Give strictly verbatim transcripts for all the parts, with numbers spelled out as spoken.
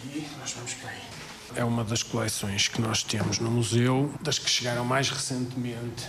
aqui, nós vamos para aí. É uma das coleções que nós temos no museu, das que chegaram mais recentemente,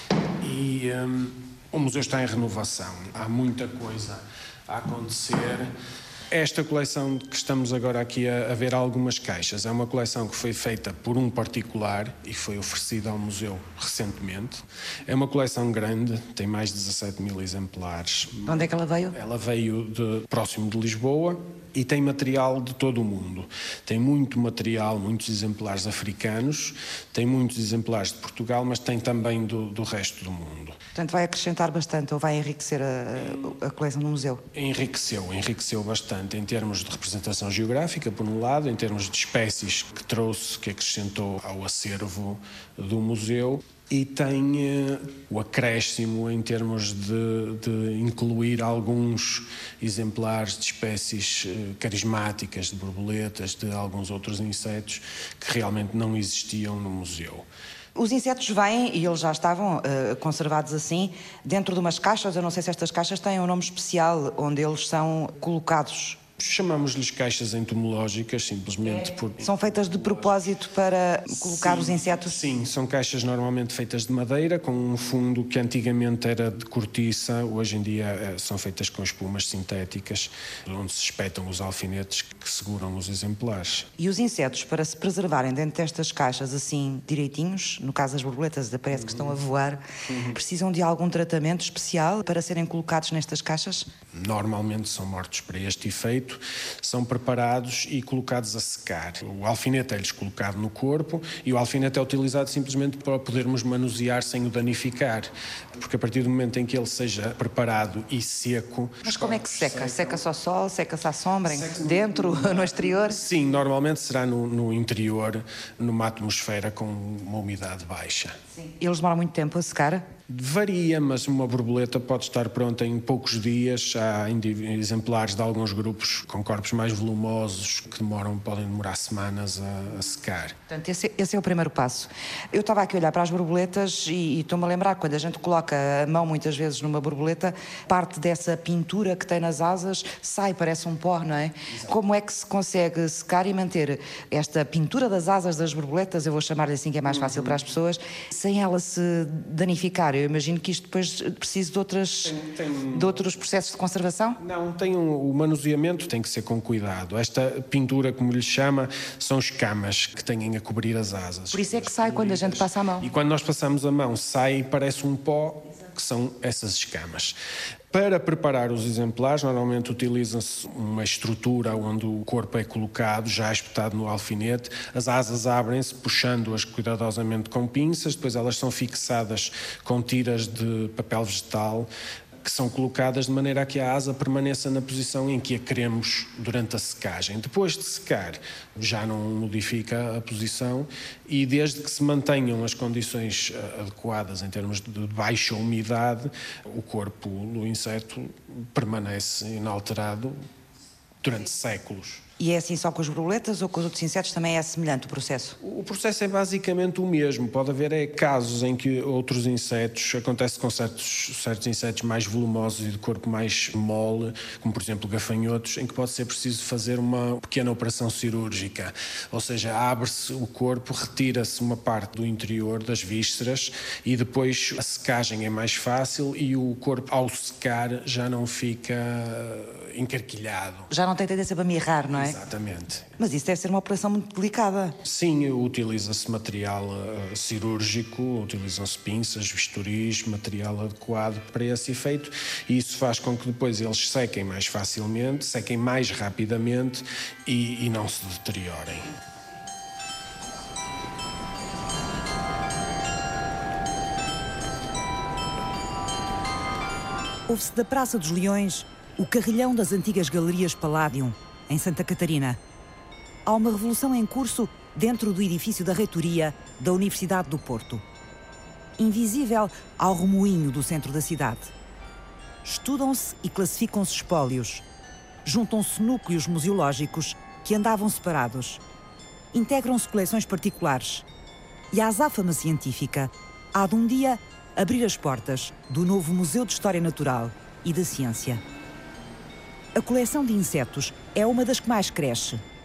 e um, o museu está em renovação. Há muita coisa a acontecer. Esta coleção que estamos agora aqui a, a ver algumas caixas é uma coleção que foi feita por um particular e foi oferecida ao museu recentemente. É uma coleção grande, tem mais de dezassete mil exemplares. De onde é que ela veio? Ela veio de, próximo de Lisboa e tem material de todo o mundo. Tem muito material, muitos exemplares africanos, tem muitos exemplares de Portugal, mas tem também do, do resto do mundo. Portanto, vai acrescentar bastante ou vai enriquecer a, a coleção do museu? Enriqueceu, enriqueceu bastante em termos de representação geográfica, por um lado, em termos de espécies que trouxe, que acrescentou ao acervo do museu, e tem eh, o acréscimo em termos de, de incluir alguns exemplares de espécies eh, carismáticas, de borboletas, de alguns outros insetos que realmente não existiam no museu. Os insetos vêm, e eles já estavam uh, conservados assim, dentro de umas caixas. Eu não sei se estas caixas têm um nome especial, onde eles são colocados. Chamamos-lhes caixas entomológicas, simplesmente por... São feitas de propósito para colocar sim, os insetos? Sim, são caixas normalmente feitas de madeira, com um fundo que antigamente era de cortiça, hoje em dia são feitas com espumas sintéticas, onde se espetam os alfinetes que seguram os exemplares. E os insetos, para se preservarem dentro destas caixas assim direitinhos, no caso das borboletas, parece que estão a voar, uhum. precisam de algum tratamento especial para serem colocados nestas caixas? Normalmente são mortos para este efeito, são preparados e colocados a secar. O alfinete é-lhes colocado no corpo e o alfinete é utilizado simplesmente para podermos manusear sem o danificar, porque a partir do momento em que ele seja preparado e seco... Mas como é que seca? Seca-se ao sol? Seca-se à sombra? Dentro? No exterior? Sim, normalmente será no, no interior, numa atmosfera com uma umidade baixa. Sim. Eles demoram muito tempo a secar? Varia, mas uma borboleta pode estar pronta em poucos dias. Há exemplares de alguns grupos com corpos mais volumosos que demoram, podem demorar semanas a, a secar. Portanto, esse, esse é o primeiro passo. Eu estava aqui a olhar para as borboletas e, e estou-me a lembrar, quando a gente coloca a mão muitas vezes numa borboleta, parte dessa pintura que tem nas asas sai, parece um pó, não é? Exato. Como é que se consegue secar e manter esta pintura das asas das borboletas, eu vou chamar-lhe assim que é mais fácil uhum. para as pessoas, sem ela se danificar? Eu imagino que isto depois precise de, outras, tem, tem... de outros processos de conservação? Não, tem um, o manuseamento tem que ser com cuidado. Esta pintura, como lhe chama, são escamas que têm a cobrir as asas. Por isso é que sai quando a gente passa a mão. E quando nós passamos a mão, sai e parece um pó, que são essas escamas. Para preparar os exemplares, normalmente utiliza-se uma estrutura onde o corpo é colocado, já espetado no alfinete. As asas abrem-se, puxando-as cuidadosamente com pinças, depois elas são fixadas com tiras de papel vegetal, que são colocadas de maneira a que a asa permaneça na posição em que a queremos durante a secagem. Depois de secar, já não modifica a posição e desde que se mantenham as condições adequadas em termos de baixa umidade, o corpo do inseto permanece inalterado durante séculos. E é assim só com as borboletas ou com os outros insetos também é semelhante o processo? O processo é basicamente o mesmo. Pode haver é, casos em que outros insetos, acontece com certos, certos insetos mais volumosos e de corpo mais mole, como por exemplo gafanhotos, em que pode ser preciso fazer uma pequena operação cirúrgica. Ou seja, abre-se o corpo, retira-se uma parte do interior das vísceras e depois a secagem é mais fácil e o corpo, ao secar, já não fica encarquilhado. Já não tem tendência para mirrar, não é? Exatamente. Mas isso deve ser uma operação muito delicada. Sim, utiliza-se material uh, cirúrgico, utilizam-se pinças, bisturis, material adequado para esse efeito e isso faz com que depois eles sequem mais facilmente, sequem mais rapidamente e, e não se deteriorem. Ouve-se da Praça dos Leões o carrilhão das antigas galerias Palladium, em Santa Catarina. Há uma revolução em curso dentro do edifício da reitoria da Universidade do Porto. Invisível ao remoinho do centro da cidade. Estudam-se e classificam-se espólios. Juntam-se núcleos museológicos que andavam separados. Integram-se coleções particulares. E a azáfama científica há de um dia abrir as portas do novo Museu de História Natural e da Ciência. A coleção de insetos é uma das que mais cresce.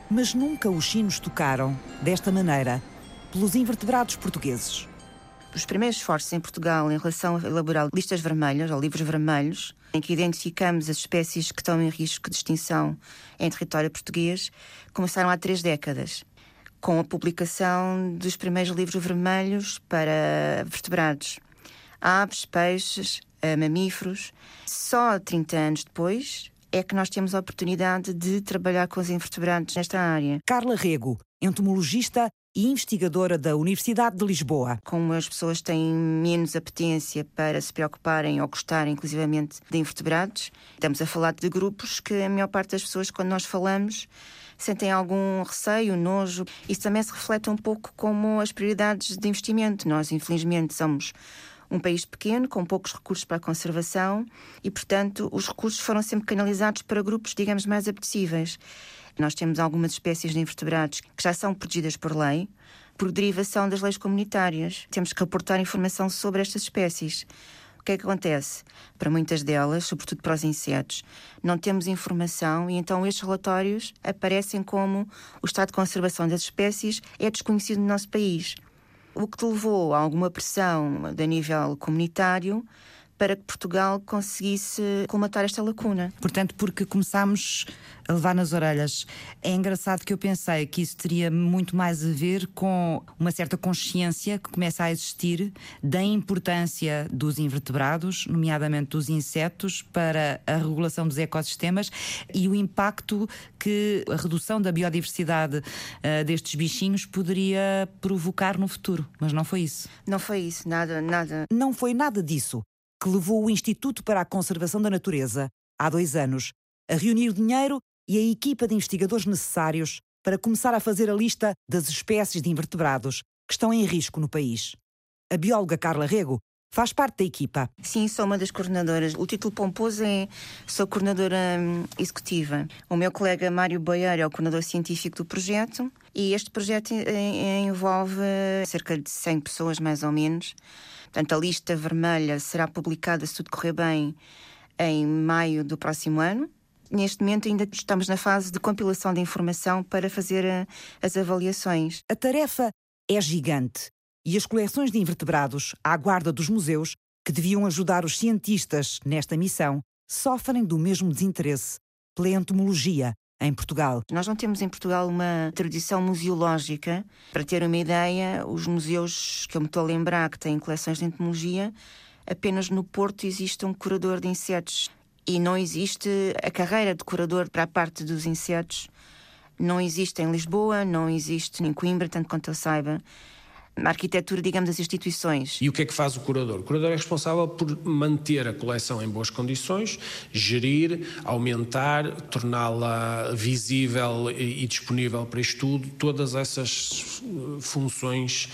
Mas nunca os sinos tocaram, desta maneira, pelos invertebrados portugueses. Os primeiros esforços em Portugal em relação a elaborar listas vermelhas, ou livros vermelhos, em que identificamos as espécies que estão em risco de extinção em território português, começaram há três décadas, com a publicação dos primeiros livros vermelhos para vertebrados, aves, peixes, mamíferos. Só trinta anos depois é que nós temos a oportunidade de trabalhar com os invertebrados nesta área. Carla Rego, entomologista e investigadora da Universidade de Lisboa. Como as pessoas têm menos apetência para se preocuparem ou gostarem, inclusivamente, de invertebrados, estamos a falar de grupos que a maior parte das pessoas, quando nós falamos, sentem algum receio, nojo. Isso também se reflete um pouco como as prioridades de investimento. Nós, infelizmente, somos um país pequeno, com poucos recursos para a conservação e, portanto, os recursos foram sempre canalizados para grupos, digamos, mais apetecíveis. Nós temos algumas espécies de invertebrados que já são protegidas por lei, por derivação das leis comunitárias. Temos que aportar informação sobre estas espécies. O que é que acontece? Para muitas delas, sobretudo para os insetos, não temos informação e então estes relatórios aparecem como o estado de conservação das espécies é desconhecido no nosso país. O que levou a alguma pressão a nível comunitário para que Portugal conseguisse colmatar esta lacuna. Portanto, porque começámos a levar nas orelhas. É engraçado que eu pensei que isso teria muito mais a ver com uma certa consciência que começa a existir da importância dos invertebrados, nomeadamente dos insetos, para a regulação dos ecossistemas e o impacto que a redução da biodiversidade uh, destes bichinhos poderia provocar no futuro. Mas não foi isso. Não foi isso, nada, nada. Não foi nada disso que levou o Instituto para a Conservação da Natureza, há dois anos, a reunir o dinheiro e a equipa de investigadores necessários para começar a fazer a lista das espécies de invertebrados que estão em risco no país. A bióloga Carla Rego faz parte da equipa. Sim, sou uma das coordenadoras. O título pomposo é sou coordenadora hum, executiva. O meu colega Mário Boiar é o coordenador científico do projeto e este projeto envolve cerca de cem pessoas, mais ou menos. Portanto, a lista vermelha será publicada, se tudo correr bem, em maio do próximo ano. Neste momento ainda estamos na fase de compilação de informação para fazer a, as avaliações. A tarefa é gigante e as coleções de invertebrados à guarda dos museus, que deviam ajudar os cientistas nesta missão, sofrem do mesmo desinteresse pela entomologia em Portugal. Nós não temos em Portugal uma tradição museológica. Para ter uma ideia, os museus que eu me estou a lembrar que têm coleções de entomologia, apenas no Porto existe um curador de insetos e não existe a carreira de curador para a parte dos insetos. Não existe em Lisboa, não existe em Coimbra, tanto quanto eu saiba. A arquitetura, digamos, das instituições. E o que é que faz o curador? O curador é responsável por manter a coleção em boas condições, gerir, aumentar, torná-la visível e disponível para estudo. Todas essas funções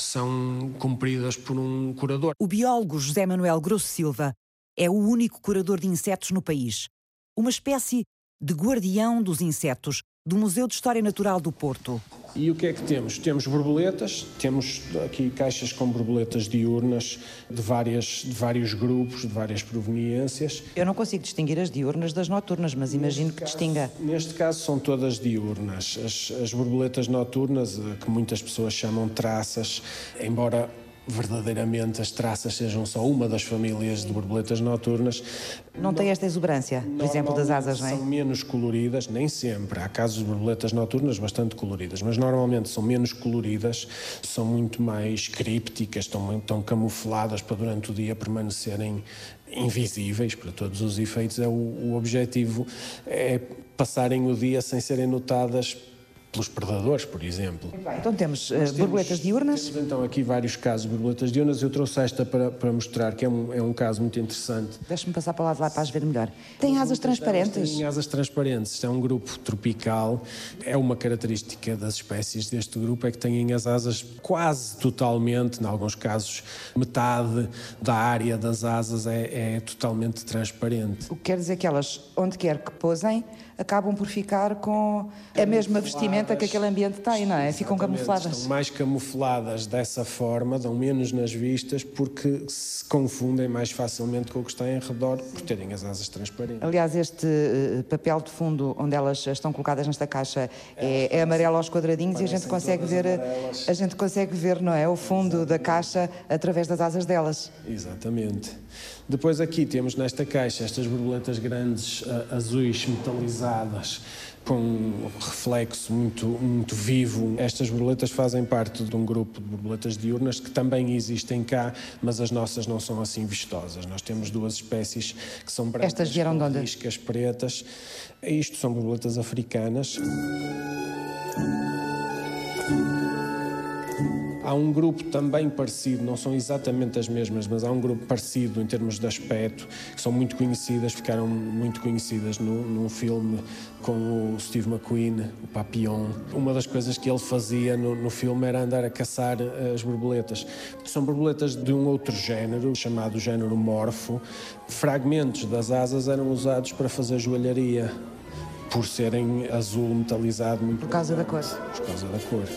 são cumpridas por um curador. O biólogo José Manuel Grosso Silva é o único curador de insetos no país. Uma espécie de guardião dos insetos do Museu de História Natural do Porto. E o que é que temos? Temos borboletas, temos aqui caixas com borboletas diurnas de, várias, de vários grupos, de várias proveniências. Eu não consigo distinguir as diurnas das noturnas, mas imagino que distinga. Neste caso são todas diurnas. As, as borboletas noturnas, que muitas pessoas chamam traças, embora verdadeiramente as traças sejam só uma das famílias de borboletas noturnas. Não tem esta exuberância, por exemplo, das asas, não é? São menos coloridas, nem sempre. Há casos de borboletas noturnas bastante coloridas, mas normalmente são menos coloridas, são muito mais crípticas, estão, estão camufladas para durante o dia permanecerem invisíveis para todos os efeitos. É o, o objetivo é passarem o dia sem serem notadas pelos predadores, por exemplo. Então temos uh, borboletas diurnas. Temos então aqui vários casos de borboletas diurnas. Eu trouxe esta para, para mostrar que é um, é um caso muito interessante. Deixa-me passar para lá de lá para as ver melhor. Tem asas transparentes? Tem asas transparentes. Isto é um grupo tropical. É uma característica das espécies deste grupo, é que têm as asas quase totalmente, em alguns casos, metade da área das asas é, é totalmente transparente. O que quer dizer que elas, onde quer que pousem, acabam por ficar com a mesma vestimenta que aquele ambiente tem, não é? Ficam camufladas. Estão mais camufladas dessa forma, dão menos nas vistas, porque se confundem mais facilmente com o que está em redor, por terem as asas transparentes. Aliás, este uh, papel de fundo onde elas estão colocadas nesta caixa é, é amarelo aos quadradinhos e a gente consegue ver, amarelas. a gente consegue ver, não é, o fundo Exatamente. da caixa através das asas delas. Exatamente. Depois aqui temos nesta caixa estas borboletas grandes, uh, azuis, metalizadas, com um reflexo muito, muito vivo. Estas borboletas fazem parte de um grupo de borboletas diurnas que também existem cá, mas as nossas não são assim vistosas. Nós temos duas espécies que são brancas, Estas vieram de onde? riscas pretas. Isto são borboletas africanas. Há um grupo também parecido, não são exatamente as mesmas, mas há um grupo parecido em termos de aspecto, que são muito conhecidas, ficaram muito conhecidas no, num filme com o Steve McQueen, o Papillon. Uma das coisas que ele fazia no, no filme era andar a caçar as borboletas. São borboletas de um outro género, chamado género morfo. Fragmentos das asas eram usados para fazer joalharia, por serem azul metalizado. Muito por causa da cor. Por causa da cor.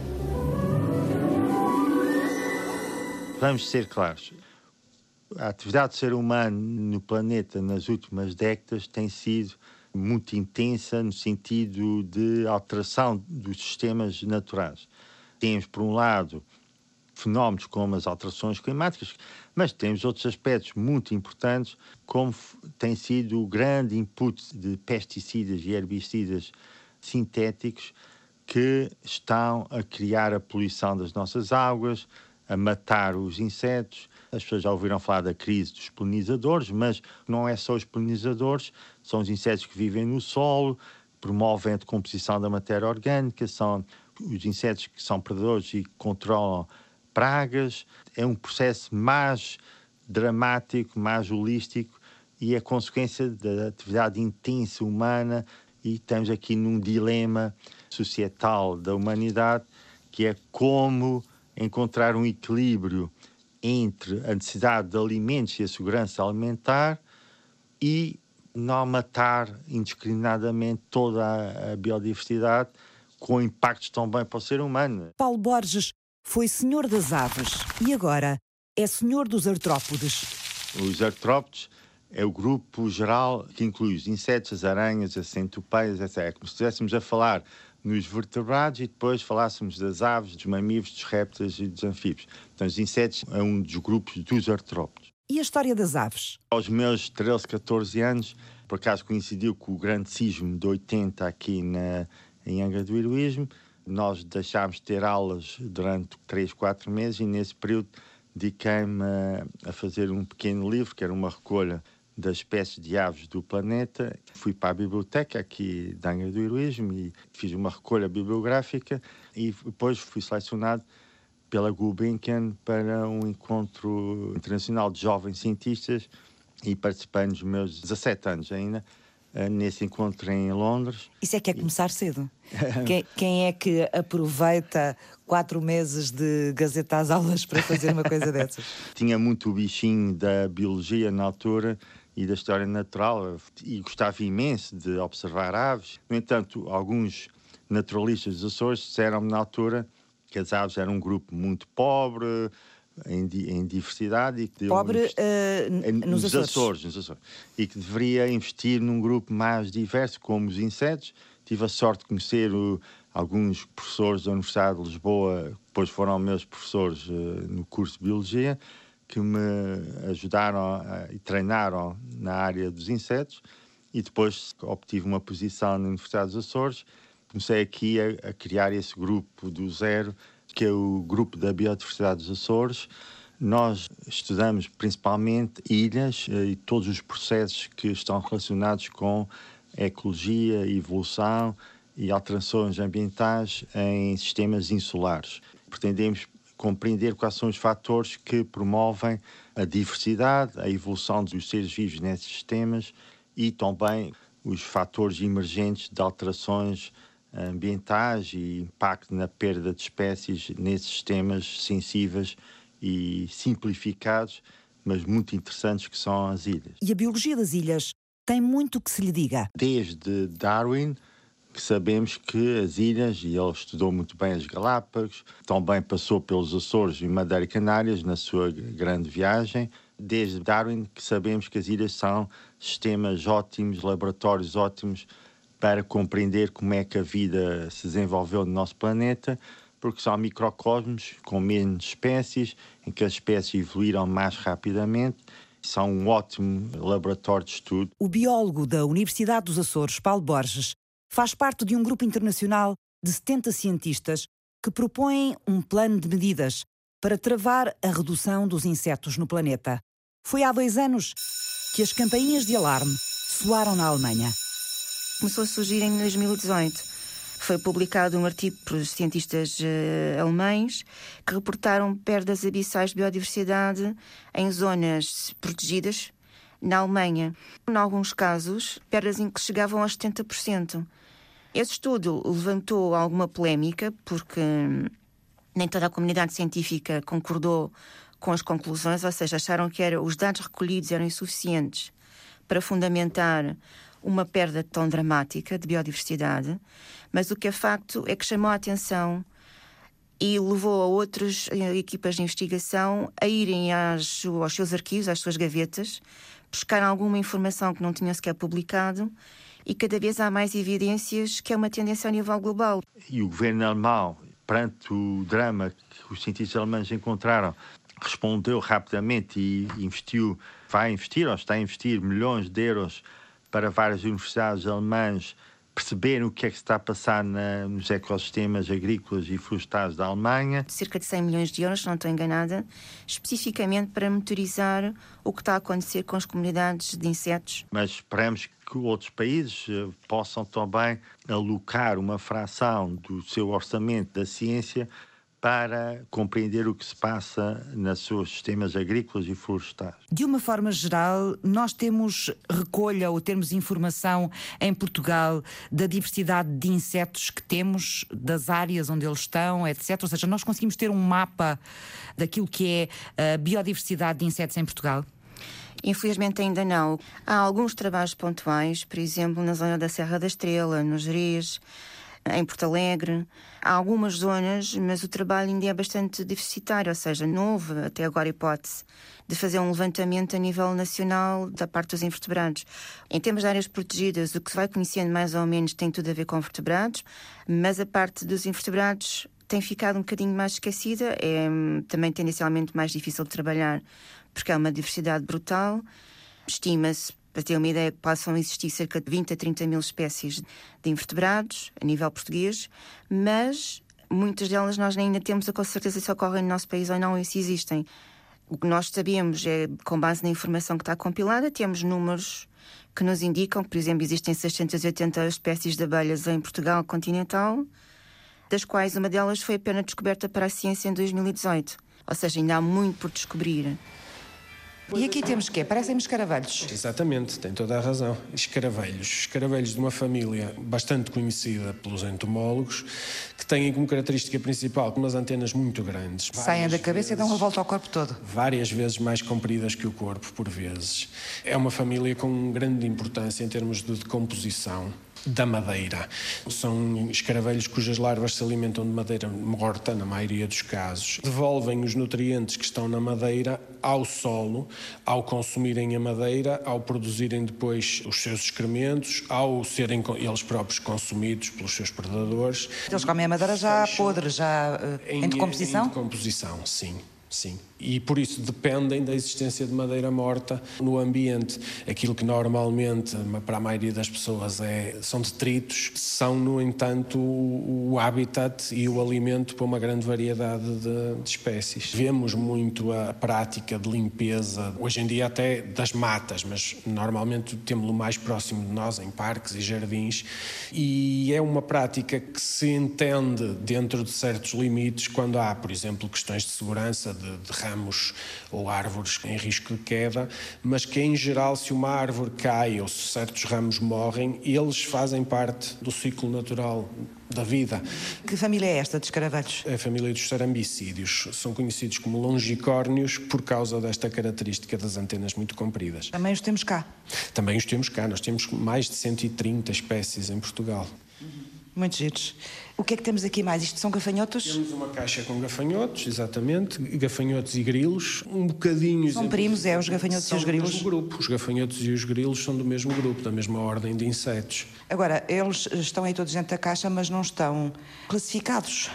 Vamos ser claros. A atividade do ser humano no planeta nas últimas décadas tem sido muito intensa no sentido de alteração dos sistemas naturais. Temos, por um lado, fenómenos como as alterações climáticas, mas temos outros aspectos muito importantes, como tem sido o grande input de pesticidas e herbicidas sintéticos que estão a criar a poluição das nossas águas, a matar os insetos. As pessoas já ouviram falar da crise dos polinizadores, mas não é só os polinizadores, são os insetos que vivem no solo, promovem a decomposição da matéria orgânica, são os insetos que são predadores e controlam pragas. É um processo mais dramático, mais holístico e é consequência da atividade intensa humana, e estamos aqui num dilema societal da humanidade, que é como encontrar um equilíbrio entre a necessidade de alimentos e a segurança alimentar e não matar indiscriminadamente toda a, a biodiversidade, com impactos também para o ser humano. Paulo Borges foi senhor das aves e agora é senhor dos artrópodes. Os artrópodes é o grupo geral que inclui os insetos, as aranhas, as centopeias, etcétera. É como se estivéssemos a falar nos vertebrados e depois falássemos das aves, dos mamíferos, dos répteis e dos anfíbios. Então, os insetos é um dos grupos dos artrópodes. E a história das aves? Aos meus treze, catorze anos, por acaso coincidiu com o grande sismo de oitenta aqui na, em Angra do Heroísmo. Nós deixámos de ter aulas durante três, quatro meses e nesse período dediquei-me a, a fazer um pequeno livro, que era uma recolha das espécies de aves do planeta. Fui para a biblioteca aqui de Angra do Heroísmo e fiz uma recolha bibliográfica e depois fui selecionado pela Gulbenkian para um encontro internacional de jovens cientistas e participei nos meus dezassete anos ainda, nesse encontro em Londres. Isso é que é começar cedo. quem, quem é que aproveita quatro meses de gazeta às aulas para fazer uma coisa dessas? Tinha muito o bichinho da biologia na altura e da história natural e gostava imenso de observar aves. No entanto, alguns naturalistas dos Açores disseram-me na altura que as aves eram um grupo muito pobre em, em diversidade e que pobre investi- uh, nos, nos Açores. Açores, nos Açores e que deveria investir num grupo mais diverso como os insetos. Tive a sorte de conhecer o, alguns professores da Universidade de Lisboa, depois foram meus professores uh, no curso de Biologia, que me ajudaram a, e treinaram na área dos insetos, e depois obtive uma posição na Universidade dos Açores. Comecei aqui a, a criar esse grupo do zero, que é o grupo da biodiversidade dos Açores. Nós estudamos principalmente ilhas e todos os processos que estão relacionados com a ecologia, evolução e alterações ambientais em sistemas insulares. Pretendemos compreender quais são os fatores que promovem a diversidade, a evolução dos seres vivos nesses sistemas e também os fatores emergentes de alterações ambientais e impacto na perda de espécies nesses sistemas sensíveis e simplificados, mas muito interessantes, que são as ilhas. E a biologia das ilhas tem muito que se lhe diga. Desde Darwin, que sabemos que as ilhas, e ele estudou muito bem as Galápagos, também passou pelos Açores e Madeira e Canárias na sua grande viagem. Desde Darwin que sabemos que as ilhas são sistemas ótimos, laboratórios ótimos para compreender como é que a vida se desenvolveu no nosso planeta, porque são microcosmos com menos espécies, em que as espécies evoluíram mais rapidamente. São um ótimo laboratório de estudo. O biólogo da Universidade dos Açores, Paulo Borges, faz parte de um grupo internacional de setenta cientistas que propõem um plano de medidas para travar a redução dos insetos no planeta. Foi há dois anos que as campainhas de alarme soaram na Alemanha. Começou a surgir em dois mil e dezoito. Foi publicado um artigo por cientistas uh, alemães que reportaram perdas abissais de biodiversidade em zonas protegidas na Alemanha. Em alguns casos, perdas em que chegavam aos setenta por cento. Esse estudo levantou alguma polémica porque nem toda a comunidade científica concordou com as conclusões, ou seja, acharam que era, os dados recolhidos eram insuficientes para fundamentar uma perda tão dramática de biodiversidade, mas o que é facto é que chamou a atenção e levou a outras equipas de investigação a irem às, aos seus arquivos, às suas gavetas, buscar alguma informação que não tinham sequer publicado, e cada vez há mais evidências que é uma tendência a nível global. E o governo alemão, perante o drama que os cientistas alemães encontraram, respondeu rapidamente e investiu, vai investir ou está a investir milhões de euros para várias universidades alemãs perceberem o que é que se está a passar na, nos ecossistemas agrícolas e florestais da Alemanha. Cerca de cem milhões de euros, se não estou enganada, especificamente para monitorizar o que está a acontecer com as comunidades de insetos. Mas esperamos que outros países uh, possam também alocar uma fração do seu orçamento da ciência para compreender o que se passa nos seus sistemas agrícolas e florestais. De uma forma geral, nós temos recolha ou temos informação em Portugal da diversidade de insetos que temos, das áreas onde eles estão, etcétera. Ou seja, nós conseguimos ter um mapa daquilo que é a biodiversidade de insetos em Portugal? Infelizmente ainda não. Há alguns trabalhos pontuais, por exemplo, na zona da Serra da Estrela, no Gerês, em Porto Alegre. Há algumas zonas, mas o trabalho ainda é bastante deficitário, ou seja, não houve até agora hipótese de fazer um levantamento a nível nacional da parte dos invertebrados. Em termos de áreas protegidas, o que se vai conhecendo mais ou menos tem tudo a ver com vertebrados, mas a parte dos invertebrados tem ficado um bocadinho mais esquecida, é também tendencialmente mais difícil de trabalhar, porque há uma diversidade brutal. Estima-se, para ter uma ideia, que possam existir cerca de vinte a trinta mil espécies de invertebrados a nível português, mas muitas delas nós ainda temos a certeza se ocorrem no nosso país ou não e se existem. O que nós sabemos é, com base na informação que está compilada, temos números que nos indicam que, por exemplo, existem seiscentas e oitenta espécies de abelhas em Portugal continental, das quais uma delas foi apenas descoberta para a ciência em dois mil e dezoito. Ou seja, ainda há muito por descobrir. E aqui temos o quê? Parecem-me escaravelhos. Exatamente, tem toda a razão. Escaravelhos. Escaravelhos de uma família bastante conhecida pelos entomólogos, que têm como característica principal umas antenas muito grandes. Saem da cabeça vezes, e dão uma volta ao corpo todo. Várias vezes mais compridas que o corpo, por vezes. É uma família com grande importância em termos de decomposição da madeira. São escaravelhos cujas larvas se alimentam de madeira morta, na maioria dos casos. Devolvem os nutrientes que estão na madeira ao solo, ao consumirem a madeira, ao produzirem depois os seus excrementos, ao serem eles próprios consumidos pelos seus predadores. Eles comem a madeira já podre, já uh, em, em decomposição? Em decomposição, sim. Sim. E por isso dependem da existência de madeira morta no ambiente. Aquilo que normalmente, para a maioria das pessoas, é, são detritos, são, no entanto, o, o habitat e o alimento para uma grande variedade de, de espécies. Vemos muito a prática de limpeza, hoje em dia até das matas, mas normalmente temos-lo mais próximo de nós, em parques e jardins, e é uma prática que se entende dentro de certos limites quando há, por exemplo, questões de segurança, de, de ramos ou árvores em risco de queda, mas que em geral, se uma árvore cai ou se certos ramos morrem, eles fazem parte do ciclo natural da vida. Que família é esta de escaravelhos? É a família dos cerambicídeos. São conhecidos como longicórnios por causa desta característica das antenas muito compridas. Também os temos cá? Também os temos cá. Nós temos mais de cento e trinta espécies em Portugal. Muito giros. O que é que temos aqui mais? Isto são gafanhotos? Temos uma caixa com gafanhotos, exatamente, gafanhotos e grilos, um bocadinho... São primos, é, os gafanhotos e os grilos? São do mesmo grupo. Os gafanhotos e os grilos são do mesmo grupo, da mesma ordem de insetos. Agora, eles estão aí todos dentro da caixa, mas não estão classificados.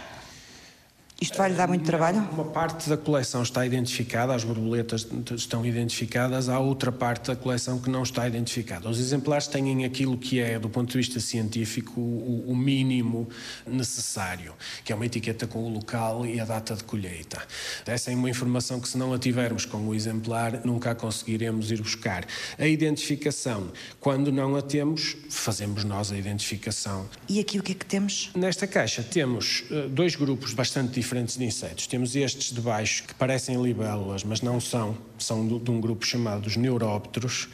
Isto vai-lhe dar muito trabalho? Uma parte da coleção está identificada, as borboletas estão identificadas, há outra parte da coleção que não está identificada. Os exemplares têm aquilo que é, do ponto de vista científico, o, o mínimo necessário, que é uma etiqueta com o local e a data de colheita. Essa é uma informação que, se não a tivermos com o exemplar, nunca a conseguiremos ir buscar. A identificação, quando não a temos, fazemos nós a identificação. E aqui o que é que temos? Nesta caixa temos uh, dois grupos bastante diferentes de insetos. Temos estes de baixo que parecem libélulas, mas não são. São de, de um grupo chamado dos neurópteros.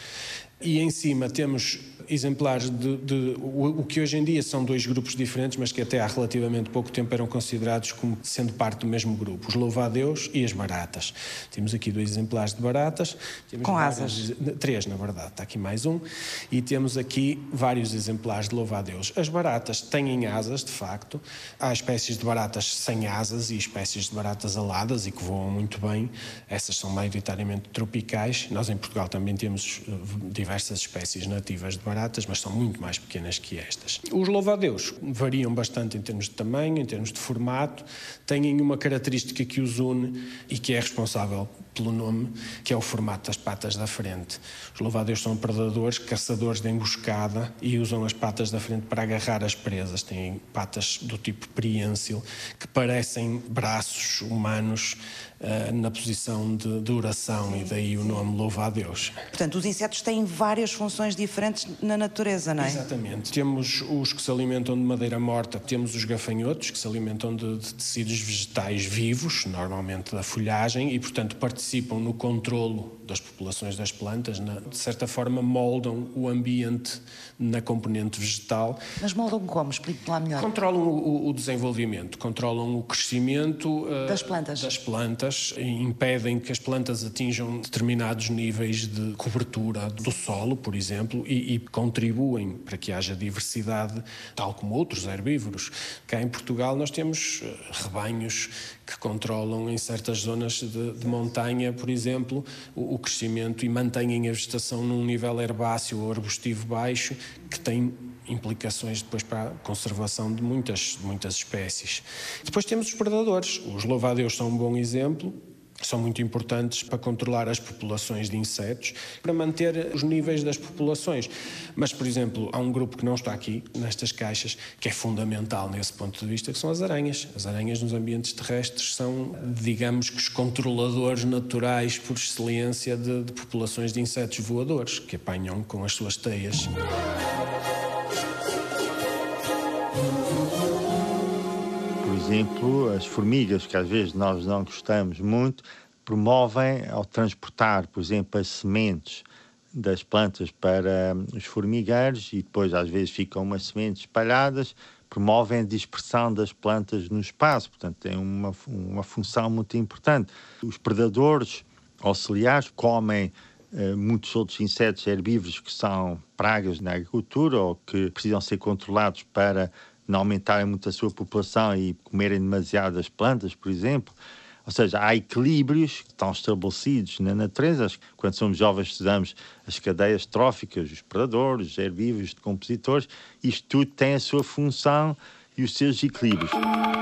E em cima temos exemplares de, de o, o que hoje em dia são dois grupos diferentes, mas que até há relativamente pouco tempo eram considerados como sendo parte do mesmo grupo, os louva-a-Deus e as baratas. Temos aqui dois exemplares de baratas. Temos com vários, asas. Três, na verdade. Está aqui mais um. E temos aqui vários exemplares de louva-a-Deus. As baratas têm asas, de facto. Há espécies de baratas sem asas e espécies de baratas aladas e que voam muito bem. Essas são maioritariamente tropicais. Nós em Portugal também temos diversas espécies nativas de baratas, mas são muito mais pequenas que estas. Os louva-a-Deus variam bastante em termos de tamanho, em termos de formato, têm uma característica que os une e que é responsável pelo nome, que é o formato das patas da frente. Os louva-a-Deus são predadores, caçadores de emboscada e usam as patas da frente para agarrar as presas. Têm patas do tipo preênsil, que parecem braços humanos uh, na posição de, de oração, e daí o nome louva-a-Deus. Portanto, os insetos têm várias funções diferentes na natureza, não é? Exatamente. Temos os que se alimentam de madeira morta, temos os gafanhotos, que se alimentam de, de tecidos vegetais vivos, normalmente da folhagem, e, portanto, participam no controlo das populações das plantas, na, de certa forma moldam o ambiente na componente vegetal. Mas moldam como? Explique-me lá melhor. Controlam o, o desenvolvimento, controlam o crescimento uh, das plantas. das plantas, impedem que as plantas atinjam determinados níveis de cobertura do solo, por exemplo, e, e contribuem para que haja diversidade, tal como outros herbívoros. Cá em Portugal nós temos rebanhos que controlam em certas zonas de, de montanha, por exemplo, o, o crescimento e mantêm a vegetação num nível herbáceo ou arbustivo baixo, que tem implicações depois para a conservação de muitas, de muitas espécies. Depois temos os predadores. Os louva-a-Deus são um bom exemplo. São muito importantes para controlar as populações de insetos, para manter os níveis das populações. Mas, por exemplo, há um grupo que não está aqui, nestas caixas, que é fundamental nesse ponto de vista, que são as aranhas. As aranhas nos ambientes terrestres são, digamos que, os controladores naturais por excelência de, de populações de insetos voadores, que apanham com as suas teias. Por exemplo, as formigas, que às vezes nós não gostamos muito, promovem, ao transportar, por exemplo, as sementes das plantas para os formigueiros, e depois às vezes ficam umas sementes espalhadas, promovem a dispersão das plantas no espaço. Portanto, tem uma, uma função muito importante. Os predadores auxiliares comem uh, muitos outros insetos herbívoros que são pragas na agricultura ou que precisam ser controlados para não aumentarem muito a sua população e comerem demasiadas plantas, por exemplo. Ou seja, há equilíbrios que estão estabelecidos na natureza. Quando somos jovens estudamos as cadeias tróficas, os predadores, os herbívoros, os decompositores. Isto tudo tem a sua função e os seus equilíbrios.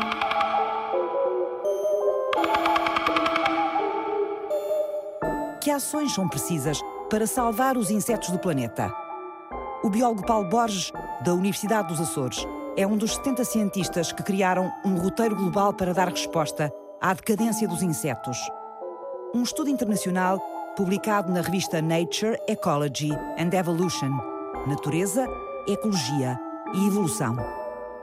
Que ações são precisas para salvar os insetos do planeta? O biólogo Paulo Borges, da Universidade dos Açores, é um dos setenta cientistas que criaram um roteiro global para dar resposta à decadência dos insetos. Um estudo internacional publicado na revista Nature, Ecology and Evolution. Natureza, Ecologia e Evolução.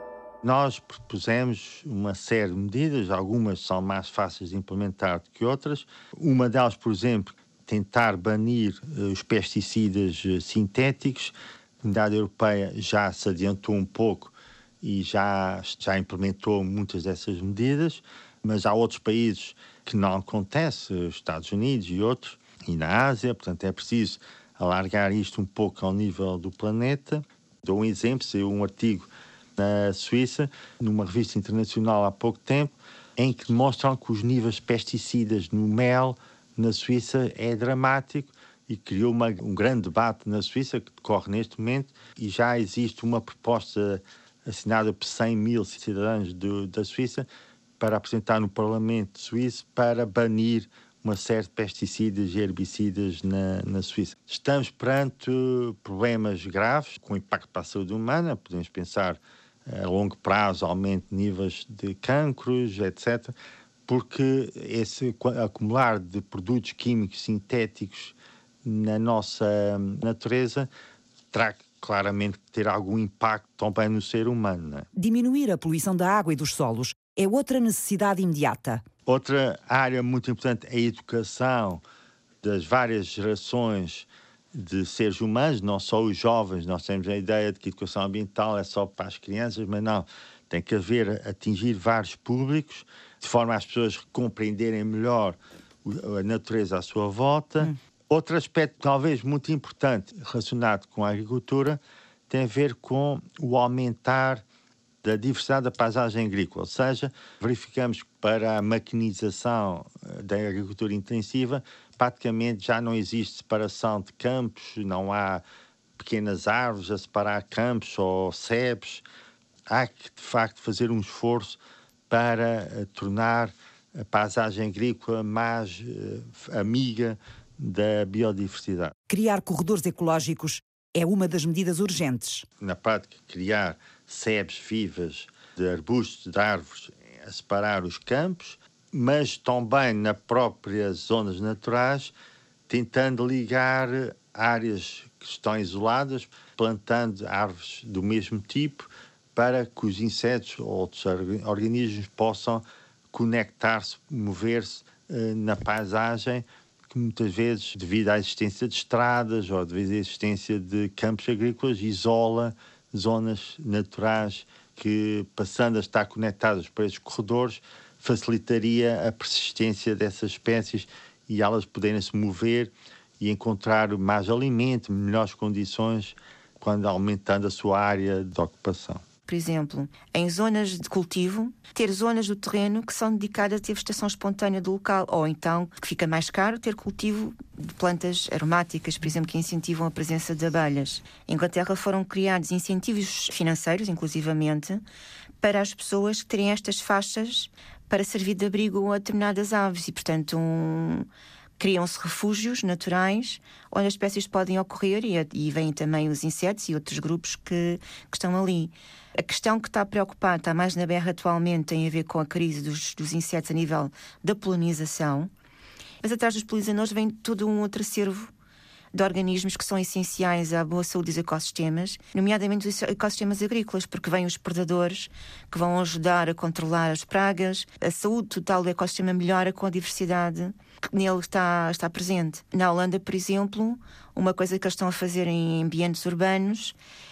Nós propusemos uma série de medidas, algumas são mais fáceis de implementar do que outras. Uma delas, por exemplo, tentar banir uh, os pesticidas uh, sintéticos. A Comunidade Europeia já se adiantou um pouco e já, já implementou muitas dessas medidas, mas há outros países que não acontece, os Estados Unidos e outros, e na Ásia, portanto é preciso alargar isto um pouco ao nível do planeta. Dou um exemplo, saiu um artigo na Suíça, numa revista internacional há pouco tempo, em que demonstram que os níveis de pesticidas no mel na Suíça é dramático e criou uma, um grande debate na Suíça que decorre neste momento, e já existe uma proposta assinada por cem mil cidadãos do, da Suíça para apresentar no Parlamento suíço para banir uma série de pesticidas e herbicidas na, na Suíça. Estamos perante problemas graves com impacto para a saúde humana. Podemos pensar a longo prazo, aumento de níveis de cancros, etcétera, porque esse acumular de produtos químicos sintéticos na nossa natureza terá claramente que ter algum impacto também no ser humano. Não é? Diminuir a poluição da água e dos solos é outra necessidade imediata. Outra área muito importante é a educação das várias gerações de seres humanos, não só os jovens. Nós temos a ideia de que a educação ambiental é só para as crianças, mas não. Tem que haver, atingir vários públicos, de forma às pessoas compreenderem melhor a natureza à sua volta. Hum. Outro aspecto, talvez muito importante, relacionado com a agricultura, tem a ver com o aumentar da diversidade da paisagem agrícola. Ou seja, verificamos que para a maquinização da agricultura intensiva, praticamente já não existe separação de campos, não há pequenas árvores a separar campos ou sebes. Há que, de facto, fazer um esforço para uh, tornar a paisagem agrícola mais uh, amiga da biodiversidade. Criar corredores ecológicos é uma das medidas urgentes. Na prática, criar sebes vivas de arbustos, de árvores, a separar os campos, mas também nas próprias zonas naturais, tentando ligar áreas que estão isoladas, plantando árvores do mesmo tipo, para que os insetos ou outros organismos possam conectar-se, mover-se eh, na paisagem, que muitas vezes, devido à existência de estradas ou devido à existência de campos agrícolas, isola zonas naturais que, passando a estar conectadas por esses corredores, facilitaria a persistência dessas espécies e elas poderem se mover e encontrar mais alimento, melhores condições, quando aumentando a sua área de ocupação. Por exemplo, em zonas de cultivo, ter zonas do terreno que são dedicadas à vegetação espontânea do local, ou então, que fica mais caro, ter cultivo de plantas aromáticas, por exemplo, que incentivam a presença de abelhas. Em Inglaterra foram criados incentivos financeiros, inclusivamente, para as pessoas que terem estas faixas para servir de abrigo a determinadas aves e, portanto, um... criam-se refúgios naturais onde as espécies podem ocorrer e, e vêm também os insetos e outros grupos que, que estão ali. A questão que está a preocupar, está mais na berra atualmente, tem a ver com a crise dos, dos insetos a nível da polinização, mas atrás dos polinizadores vem todo um outro acervo de organismos que são essenciais à boa saúde dos ecossistemas, nomeadamente os ecossistemas agrícolas, porque vêm os predadores que vão ajudar a controlar as pragas. A saúde total do ecossistema melhora com a diversidade que nele está, está presente. Na Holanda, por exemplo, uma coisa que eles estão a fazer em ambientes urbanos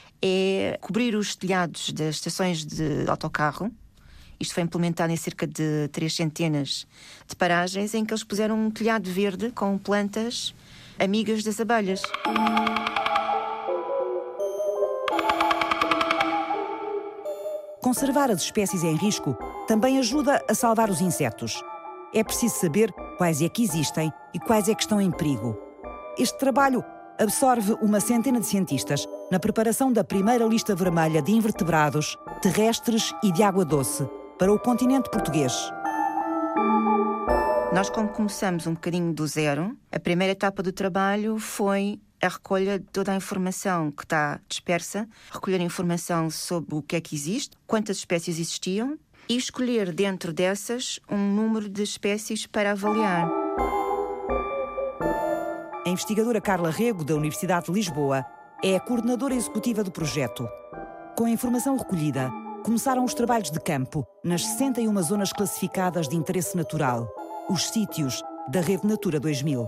é cobrir os telhados das estações de autocarro. Isto foi implementado em cerca de três centenas de paragens, em que eles puseram um telhado verde com plantas amigas das abelhas. Conservar as espécies em risco também ajuda a salvar os insetos. É preciso saber quais é que existem e quais é que estão em perigo. Este trabalho absorve uma centena de cientistas na preparação da primeira lista vermelha de invertebrados, terrestres e de água doce para o continente português. Nós, como começamos um bocadinho do zero, a primeira etapa do trabalho foi a recolha de toda a informação que está dispersa, recolher informação sobre o que é que existe, quantas espécies existiam e escolher dentro dessas um número de espécies para avaliar. A investigadora Carla Rego, da Universidade de Lisboa, é a coordenadora executiva do projeto. Com a informação recolhida, começaram os trabalhos de campo nas sessenta e uma zonas classificadas de interesse natural, os sítios da Rede Natura dois mil.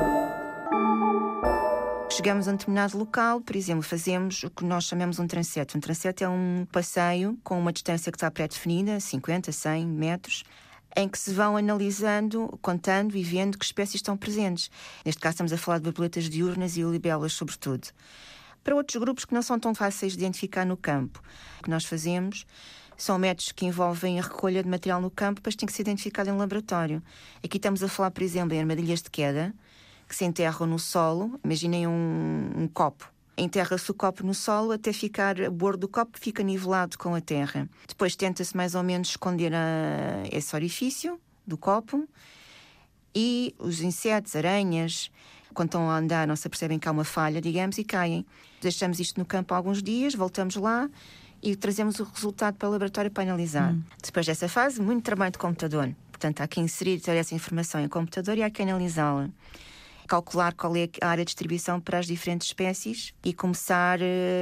Chegamos a um determinado local, por exemplo, fazemos o que nós chamamos um transete. Um transete é um passeio com uma distância que está pré-definida, cinquenta, cem metros, em que se vão analisando, contando e vendo que espécies estão presentes. Neste caso estamos a falar de borboletas diurnas e libelas, sobretudo. Para outros grupos que não são tão fáceis de identificar no campo, o que nós fazemos são métodos que envolvem a recolha de material no campo, depois tem que ser identificado em laboratório. Aqui estamos a falar, por exemplo, em armadilhas de queda, que se enterram no solo. Imaginem um, um copo. Enterra-se o copo no solo até ficar, o bordo do copo fica nivelado com a terra. Depois tenta-se mais ou menos esconder a, esse orifício do copo e os insetos, aranhas, quando estão a andar não se apercebem que há uma falha, digamos, e caem. Deixamos isto no campo há alguns dias, voltamos lá e trazemos o resultado para o laboratório para analisar. Hum. Depois dessa fase, muito trabalho de computador. Portanto, há que inserir toda essa informação em computador e há que analisá-la. Calcular qual é a área de distribuição para as diferentes espécies e começar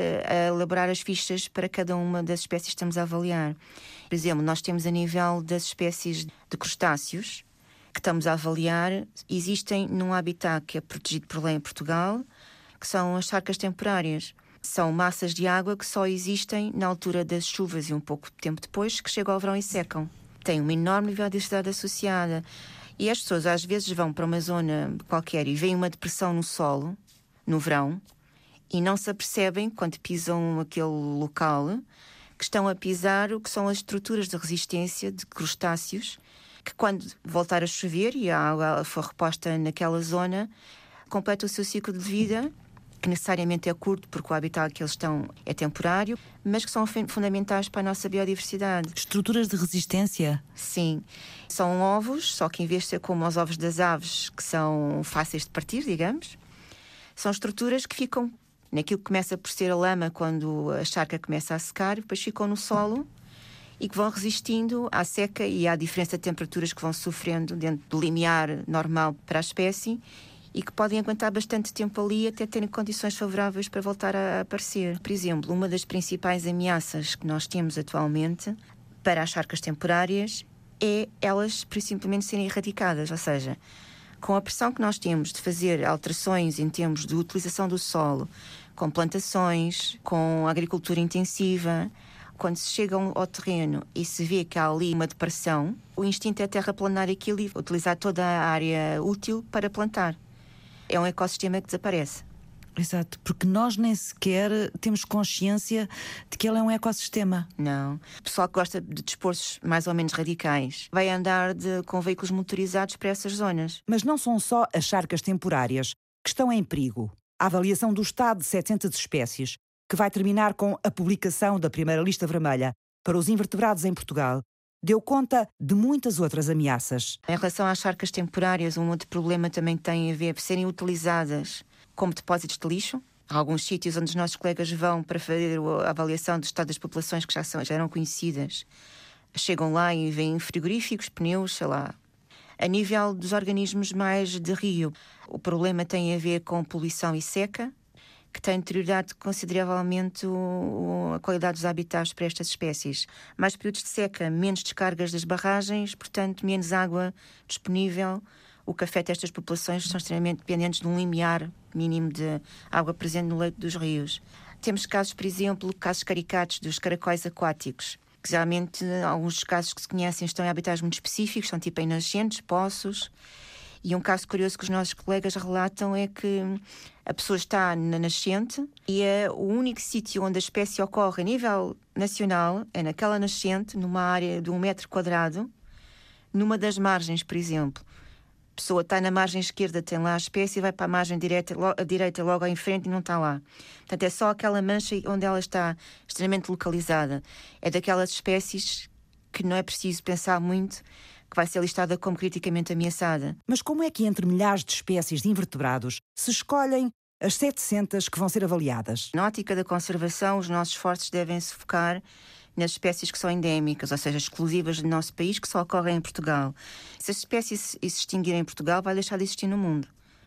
a elaborar as fichas para cada uma das espécies que estamos a avaliar. Por exemplo, nós temos a nível das espécies de crustáceos que estamos a avaliar, existem num habitat que é protegido por lei em Portugal, que são as charcas temporárias. São massas de água que só existem na altura das chuvas e um pouco de tempo depois, que chega ao verão e secam. Tem uma enorme biodiversidade associada. E as pessoas às vezes vão para uma zona qualquer e veem uma depressão no solo, no verão, e não se apercebem, quando pisam aquele local, que estão a pisar o que são as estruturas de resistência de crustáceos, que quando voltar a chover e a água for reposta naquela zona, completa o seu ciclo de vida, que necessariamente é curto, porque o habitat que eles estão é temporário, mas que são fundamentais para a nossa biodiversidade. Estruturas de resistência? Sim. São ovos, só que em vez de ser como os ovos das aves, que são fáceis de partir, digamos, são estruturas que ficam naquilo que começa por ser a lama quando a charca começa a secar, depois ficam no solo e que vão resistindo à seca e à diferença de temperaturas que vão sofrendo dentro do limiar normal para a espécie e que podem aguentar bastante tempo ali até terem condições favoráveis para voltar a aparecer. Por exemplo, uma das principais ameaças que nós temos atualmente para as charcas temporárias é elas simplesmente serem erradicadas, ou seja, com a pressão que nós temos de fazer alterações em termos de utilização do solo, com plantações, com agricultura intensiva, quando se chega ao terreno e se vê que há ali uma depressão, o instinto é terraplanar aquilo e utilizar toda a área útil para plantar. É um ecossistema que desaparece. Exato, porque nós nem sequer temos consciência de que ele é um ecossistema. Não. O pessoal que gosta de desportos mais ou menos radicais vai andar de, com veículos motorizados para essas zonas. Mas não são só as charcas temporárias que estão em perigo. A avaliação do estado de setecentas espécies, que vai terminar com a publicação da primeira lista vermelha para os invertebrados em Portugal, deu conta de muitas outras ameaças. Em relação às charcas temporárias, um outro problema também tem a ver por serem utilizadas como depósitos de lixo. Há alguns sítios onde os nossos colegas vão para fazer a avaliação do estado das populações que já, são, já eram conhecidas. Chegam lá e veem frigoríficos, pneus, sei lá. A nível dos organismos mais de rio, o problema tem a ver com poluição e seca, que tem deteriorado consideravelmente o, a qualidade dos habitats para estas espécies. Mais períodos de seca, menos descargas das barragens, portanto, menos água disponível, o que afeta estas populações que são extremamente dependentes de um limiar mínimo de água presente no leito dos rios. Temos casos, por exemplo, casos caricatos dos caracóis aquáticos, que geralmente, alguns dos casos que se conhecem estão em habitats muito específicos, são tipo em nascentes, poços. E um caso curioso que os nossos colegas relatam é que a pessoa está na nascente e é o único sítio onde a espécie ocorre a nível nacional, é naquela nascente, numa área de um metro quadrado, numa das margens, por exemplo. A pessoa está na margem esquerda, tem lá a espécie, vai para a margem direita, a direita logo em frente e não está lá. Portanto, é só aquela mancha onde ela está extremamente localizada. É daquelas espécies que não é preciso pensar muito, que vai ser listada como criticamente ameaçada. Mas como é que entre milhares de espécies de invertebrados se escolhem as setecentas que vão ser avaliadas? Na ótica da conservação, os nossos esforços devem-se focar nas espécies que são endémicas, ou seja, exclusivas do nosso país, que só ocorrem em Portugal. Se as espécies se extinguirem em Portugal, vai deixar de existir no mundo.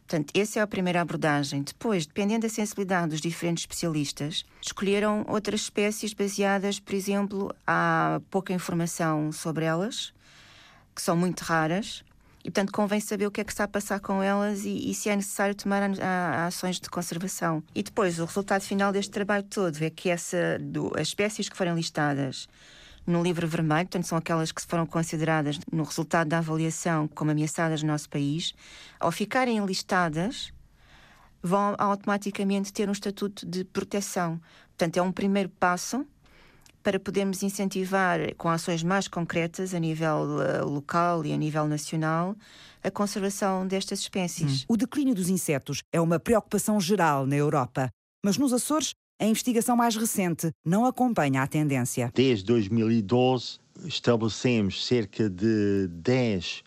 Portanto, essa é a primeira abordagem. Depois, dependendo da sensibilidade dos diferentes especialistas, escolheram outras espécies baseadas, por exemplo, há pouca informação sobre elas, que são muito raras, e, portanto, convém saber o que é que está a passar com elas e, e se é necessário tomar a, a, a ações de conservação. E depois, o resultado final deste trabalho todo é que essa, do, as espécies que foram listadas no livro vermelho, portanto, são aquelas que foram consideradas no resultado da avaliação como ameaçadas no nosso país, ao ficarem listadas, vão automaticamente ter um estatuto de proteção. Portanto, é um primeiro passo para podermos incentivar, com ações mais concretas a nível uh, local e a nível nacional, a conservação destas espécies. Hum. O declínio dos insetos é uma preocupação geral na Europa, mas nos Açores a investigação mais recente não acompanha a tendência. Desde dois mil e doze estabelecemos cerca de dez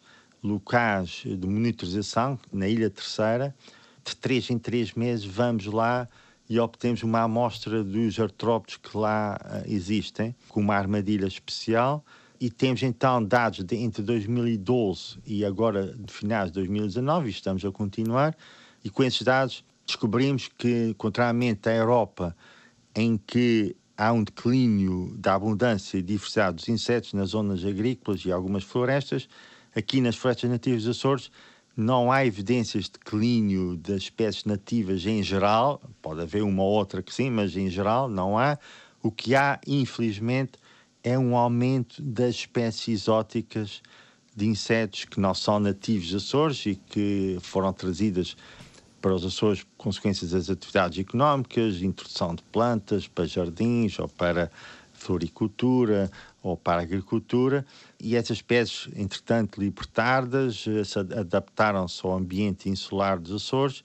locais de monitorização na Ilha Terceira. De três em três meses vamos lá e obtemos uma amostra dos artrópodes que lá uh, existem, com uma armadilha especial. E temos então dados de, entre dois mil e doze e agora de finais de dois mil e dezanove, e estamos a continuar, e com esses dados descobrimos que, contrariamente à Europa, em que há um declínio da abundância e diversidade dos insetos nas zonas agrícolas e algumas florestas, aqui nas florestas nativas dos Açores não há evidências de declínio das espécies nativas em geral, pode haver uma ou outra que sim, mas em geral não há. O que há, infelizmente, é um aumento das espécies exóticas de insetos que não são nativos dos Açores e que foram trazidas para os Açores por consequências das atividades económicas, introdução de plantas para jardins ou para floricultura ou para a agricultura, e essas espécies, entretanto libertadas, se adaptaram-se ao ambiente insular dos Açores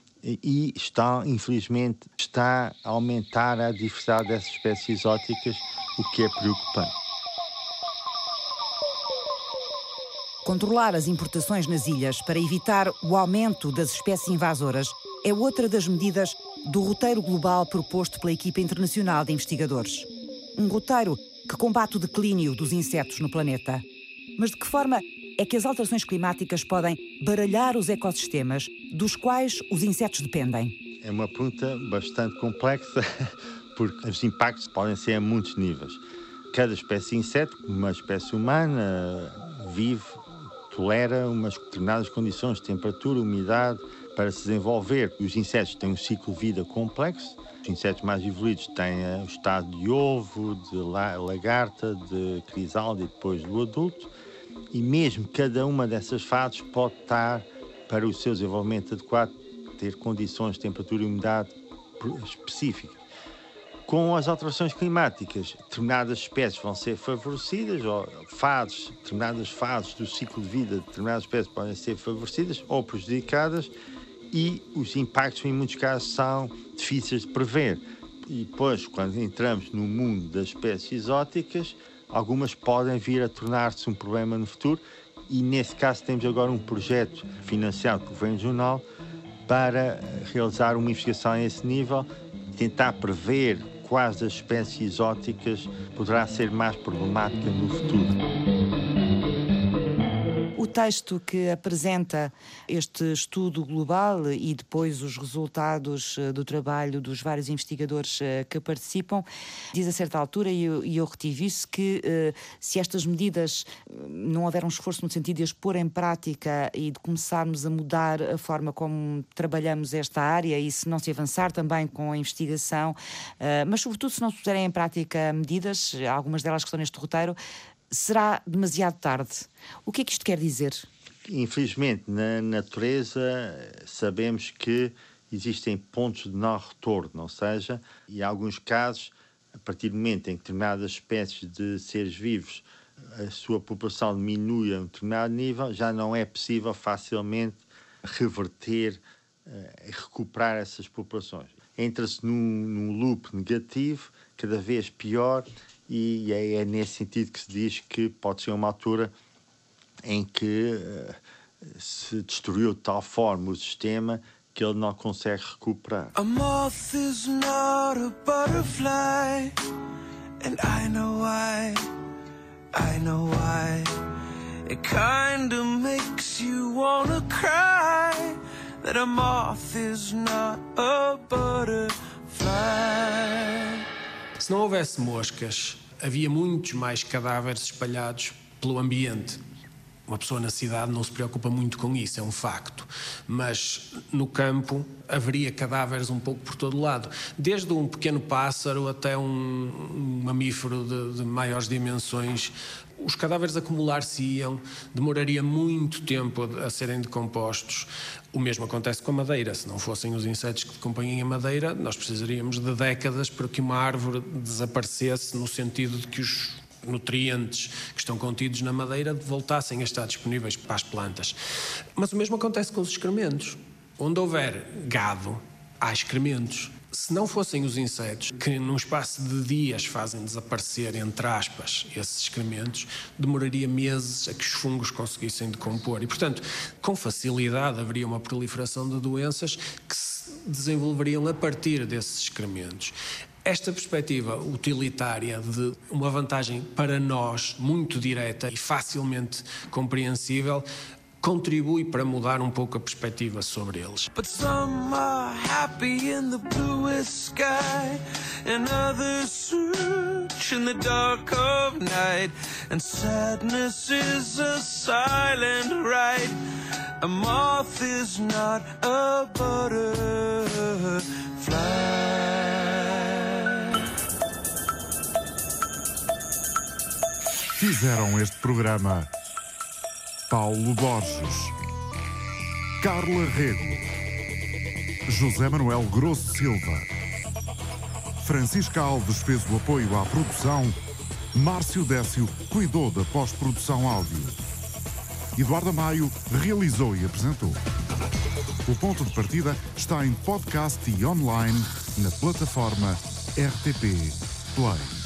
e estão, infelizmente, está a aumentar a diversidade dessas espécies exóticas, o que é preocupante. Controlar as importações nas ilhas para evitar o aumento das espécies invasoras é outra das medidas do roteiro global proposto pela equipa internacional de investigadores. Um roteiro que combate o declínio dos insetos no planeta. Mas de que forma é que as alterações climáticas podem baralhar os ecossistemas dos quais os insetos dependem? É uma pergunta bastante complexa, porque os impactos podem ser a muitos níveis. Cada espécie de inseto, uma espécie humana, vive, tolera umas determinadas condições de temperatura, umidade, para se desenvolver. Os insetos têm um ciclo de vida complexo. Os insetos mais evoluídos têm o estado de ovo, de lagarta, de crisálida e depois do adulto. E mesmo cada uma dessas fases pode estar, para o seu desenvolvimento adequado, ter condições de temperatura e umidade específicas. Com as alterações climáticas, determinadas espécies vão ser favorecidas, ou fases, determinadas fases do ciclo de vida de determinadas espécies podem ser favorecidas ou prejudicadas, e os impactos, em muitos casos, são difíceis de prever. E depois, quando entramos no mundo das espécies exóticas, algumas podem vir a tornar-se um problema no futuro, e nesse caso temos agora um projeto financiado pelo Governo Regional para realizar uma investigação a esse nível, tentar prever quais das espécies exóticas poderá ser mais problemática no futuro. O texto que apresenta este estudo global e depois os resultados do trabalho dos vários investigadores que participam, diz a certa altura, e eu, e eu retive isso, que se estas medidas não houver um esforço no sentido de as pôr em prática e de começarmos a mudar a forma como trabalhamos esta área, e se não se avançar também com a investigação, mas sobretudo se não se puserem em prática medidas, algumas delas que estão neste roteiro, será demasiado tarde. O que é que isto quer dizer? Infelizmente, na natureza, sabemos que existem pontos de não retorno, ou seja, em alguns casos, a partir do momento em que determinadas espécies de seres vivos, a sua população diminui a um determinado nível, já não é possível facilmente reverter e recuperar essas populações. Entra-se num, num loop negativo, cada vez pior, e é, é nesse sentido que se diz que pode ser uma altura em que uh, se destruiu de tal forma o sistema que ele não consegue recuperar. A moth is not a butterfly, and I know why, I know why. It kinda makes you wanna cry, that that a moth is not a butterfly. Se não houvesse moscas, havia muitos mais cadáveres espalhados pelo ambiente. Uma pessoa na cidade não se preocupa muito com isso, é um facto. Mas no campo haveria cadáveres um pouco por todo lado. Desde um pequeno pássaro até um, um mamífero de, de maiores dimensões. Os cadáveres acumular-se-iam, demoraria muito tempo a serem decompostos. O mesmo acontece com a madeira. Se não fossem os insetos que decompõem a madeira, nós precisaríamos de décadas para que uma árvore desaparecesse, no sentido de que os nutrientes que estão contidos na madeira voltassem a estar disponíveis para as plantas. Mas o mesmo acontece com os excrementos. Onde houver gado, há excrementos. Se não fossem os insetos, que num espaço de dias fazem desaparecer, entre aspas, esses excrementos, demoraria meses a que os fungos conseguissem decompor. E, portanto, com facilidade haveria uma proliferação de doenças que se desenvolveriam a partir desses excrementos. Esta perspectiva utilitária de uma vantagem para nós muito direta e facilmente compreensível contribui para mudar um pouco a perspectiva sobre eles. But some are happy in the bluest sky, and others search in the dark of night, and sadness is a silent ride. A moth is not a butterfly. Fizeram este programa Paulo Borges, Carla Rego, José Manuel Grosso Silva, Francisca Alves fez o apoio à produção, Márcio Décio cuidou da pós-produção áudio, Eduardo Maio realizou e apresentou. O Ponto de Partida está em podcast e online na plataforma R T P Play.